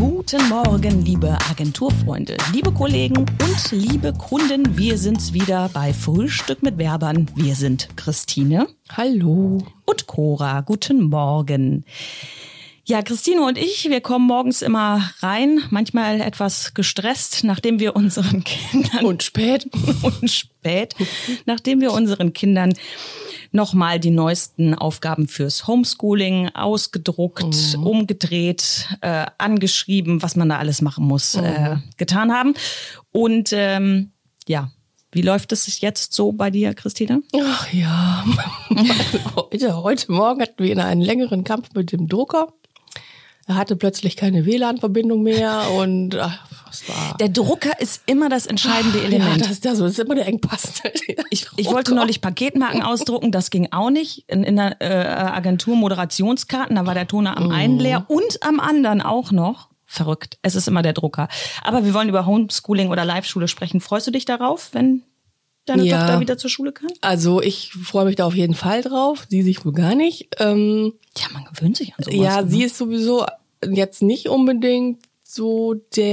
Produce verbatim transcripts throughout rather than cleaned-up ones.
Guten Morgen, liebe Agenturfreunde, liebe Kollegen und liebe Kunden. Wir sind's wieder bei Frühstück mit Werbern. Wir sind Christine. Hallo. Und Cora. Guten Morgen. Ja, Christine und ich, wir kommen morgens immer rein, manchmal etwas gestresst, nachdem wir unseren Kindern... Und spät. Und spät, nachdem wir unseren Kindern nochmal die neuesten Aufgaben fürs Homeschooling ausgedruckt, mhm. umgedreht, äh, angeschrieben, was man da alles machen muss, mhm. äh, getan haben. Und ähm, ja, wie läuft es jetzt so bei dir, Christine? Ach ja, heute, heute Morgen hatten wir einen längeren Kampf mit dem Drucker. Er hatte plötzlich keine W L A N-Verbindung mehr und ach, was war... Der Drucker ist immer das entscheidende Element. Ja, das, das ist immer der Engpass. Ich, ich wollte neulich Paketmarken ausdrucken, das ging auch nicht. In, in der äh, Agentur Moderationskarten, da war der Toner am einen leer und am anderen auch noch. Verrückt, es ist immer der Drucker. Aber wir wollen über Homeschooling oder Live-Schule sprechen. Freust du dich darauf, wenn deine ja, Tochter wieder zur Schule kann? Also ich freue mich da auf jeden Fall drauf. Sie sich wohl gar nicht. Ähm, ja, man gewöhnt sich an sowas. Ja, oder? Sie ist sowieso jetzt nicht unbedingt so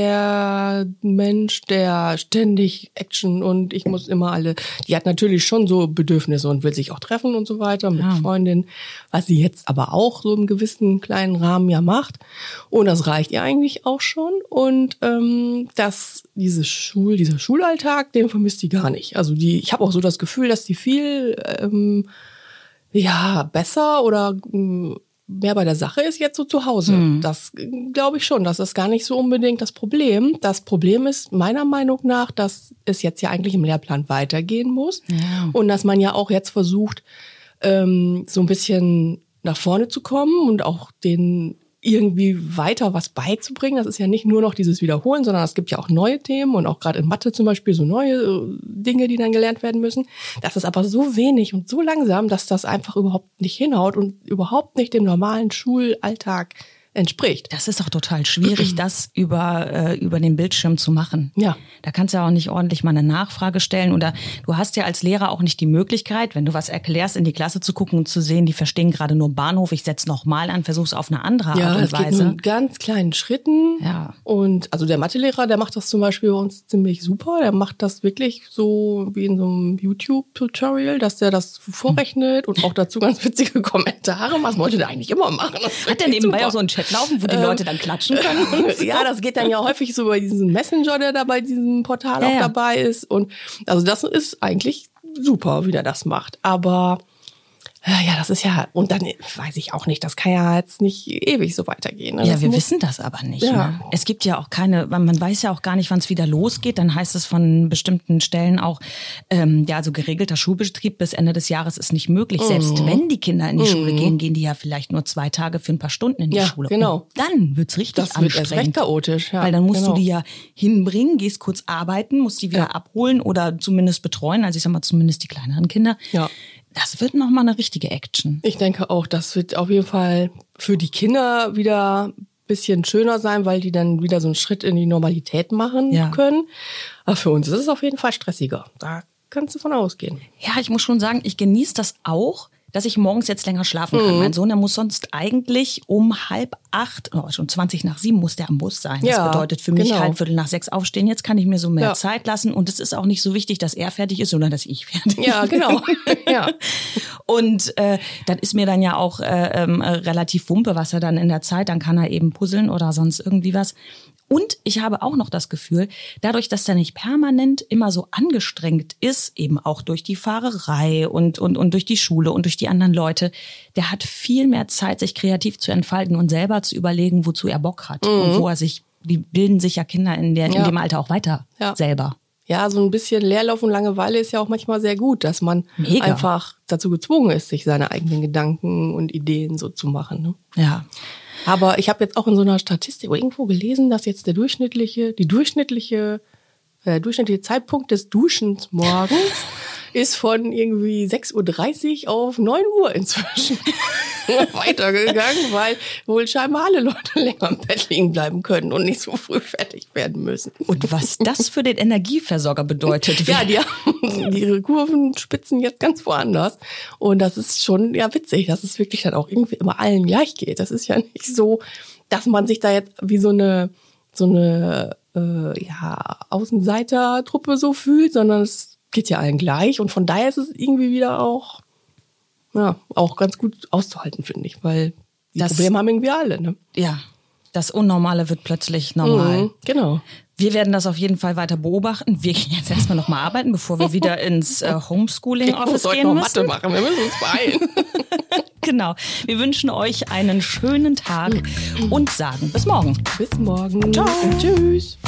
der Mensch, der ständig Action und ich muss immer alle... Die hat natürlich schon so Bedürfnisse und will sich auch treffen und so weiter mit ja. Freundinnen, was sie jetzt aber auch so im gewissen kleinen Rahmen ja macht. Und das reicht ihr eigentlich auch schon. Und ähm, das, diese Schul, dieser Schulalltag, den vermisst sie gar nicht. Also die, ich habe auch so das Gefühl, dass die viel ähm, ja besser oder... Ähm, mehr bei der Sache ist jetzt so zu Hause. Mhm. Das glaube ich schon. Das ist gar nicht so unbedingt das Problem. Das Problem ist meiner Meinung nach, dass es jetzt ja eigentlich im Lehrplan weitergehen muss. Ja. Und dass man ja auch jetzt versucht, ähm, so ein bisschen nach vorne zu kommen und auch den irgendwie weiter was beizubringen. Das ist ja nicht nur noch dieses Wiederholen, sondern es gibt ja auch neue Themen und auch gerade in Mathe zum Beispiel so neue Dinge, die dann gelernt werden müssen. Das ist aber so wenig und so langsam, dass das einfach überhaupt nicht hinhaut und überhaupt nicht dem normalen Schulalltag entspricht. Das ist auch total schwierig, das über äh, über den Bildschirm zu machen. Ja. Da kannst du ja auch nicht ordentlich mal eine Nachfrage stellen oder du hast ja als Lehrer auch nicht die Möglichkeit, wenn du was erklärst, in die Klasse zu gucken und zu sehen, die verstehen gerade nur Bahnhof, ich setze nochmal an, versuch's auf eine andere ja, Art und Weise. Ja, es geht nur in ganz kleinen Schritten. Ja. Und also der Mathelehrer, der macht das zum Beispiel bei uns ziemlich super. Der macht das wirklich so wie in so einem YouTube-Tutorial, dass der das vorrechnet hm. und auch dazu ganz witzige Kommentare. Was wollte der eigentlich immer machen? Hat der nebenbei super. Auch so einen Chat laufen, wo die ähm, Leute dann klatschen können? So. Ja, das geht dann ja häufig so bei diesem Messenger, der da bei diesem Portal ja, auch ja. dabei ist. Und also das ist eigentlich super, wie der das macht. Aber ja, das ist ja, und dann weiß ich auch nicht, das kann ja jetzt nicht ewig so weitergehen. Ne? Ja, das wir muss, wissen das aber nicht. Ja. Ne? Es gibt ja auch keine, man weiß ja auch gar nicht, wann es wieder losgeht. Dann heißt es von bestimmten Stellen auch, ähm, ja, also geregelter Schulbetrieb bis Ende des Jahres ist nicht möglich. Mhm. Selbst wenn die Kinder in die mhm. Schule gehen, gehen die ja vielleicht nur zwei Tage für ein paar Stunden in die ja, Schule. Genau. Und dann wird's richtig das anstrengend. Das wird erst recht chaotisch. Ja, weil dann musst genau. du die ja hinbringen, gehst kurz arbeiten, musst die wieder ja. abholen oder zumindest betreuen. Also ich sag mal, zumindest die kleineren Kinder. Ja. Das wird nochmal eine richtige Action. Ich denke auch, das wird auf jeden Fall für die Kinder wieder ein bisschen schöner sein, weil die dann wieder so einen Schritt in die Normalität machen ja. können. Aber für uns ist es auf jeden Fall stressiger. Da kannst du von ausgehen. Ja, ich muss schon sagen, ich genieße das auch, dass ich morgens jetzt länger schlafen kann. Mhm. Mein Sohn, der muss sonst eigentlich um halb acht, oh, schon zwanzig nach sieben muss der am Bus sein. Ja, das bedeutet für mich genau. halb Viertel nach sechs aufstehen. Jetzt kann ich mir so mehr ja. Zeit lassen und es ist auch nicht so wichtig, dass er fertig ist, sondern dass ich fertig bin. Ja, genau. ja. Und äh, das ist mir dann ja auch äh, ähm, relativ wumpe, was er dann in der Zeit, dann kann er eben puzzeln oder sonst irgendwie was. Und ich habe auch noch das Gefühl, dadurch, dass er nicht permanent immer so angestrengt ist, eben auch durch die Fahrerei und, und, und durch die Schule und durch die anderen Leute, der hat viel mehr Zeit, sich kreativ zu entfalten und selber zu überlegen, wozu er Bock hat. Mhm. Und wo er sich, die bilden sich ja Kinder in, der, in ja. dem Alter auch weiter ja. selber. Ja, so ein bisschen Leerlauf und Langeweile ist ja auch manchmal sehr gut, dass man Mega. einfach dazu gezwungen ist, sich seine eigenen Gedanken und Ideen so zu machen. Ne? Ja. Aber ich habe jetzt auch in so einer Statistik irgendwo gelesen, dass jetzt der durchschnittliche, die durchschnittliche, äh, durchschnittliche Zeitpunkt des Duschens morgens ist von irgendwie sechs Uhr dreißig auf neun Uhr inzwischen weitergegangen, weil wohl scheinbar alle Leute länger im Bett liegen bleiben können und nicht so früh fertig werden müssen. Und was das für den Energieversorger bedeutet. Ja, die haben ihre Kurven spitzen jetzt ganz woanders. Und das ist schon ja witzig, dass es wirklich dann auch irgendwie immer allen gleich geht. Das ist ja nicht so, dass man sich da jetzt wie so eine, so eine äh, ja, Außenseitertruppe so fühlt, sondern es geht ja allen gleich. Und von daher ist es irgendwie wieder auch, ja, auch ganz gut auszuhalten, finde ich, weil die das, Probleme haben irgendwie alle. Ne? Ja, das Unnormale wird plötzlich normal. Mhm, genau. Wir werden das auf jeden Fall weiter beobachten. Wir gehen jetzt erstmal noch mal arbeiten, bevor wir wieder ins äh, Homeschooling-Office gehen noch müssen. Mathe machen, wir müssen uns beeilen. Genau. Wir wünschen euch einen schönen Tag und sagen bis morgen. Bis morgen. Ciao. Und tschüss.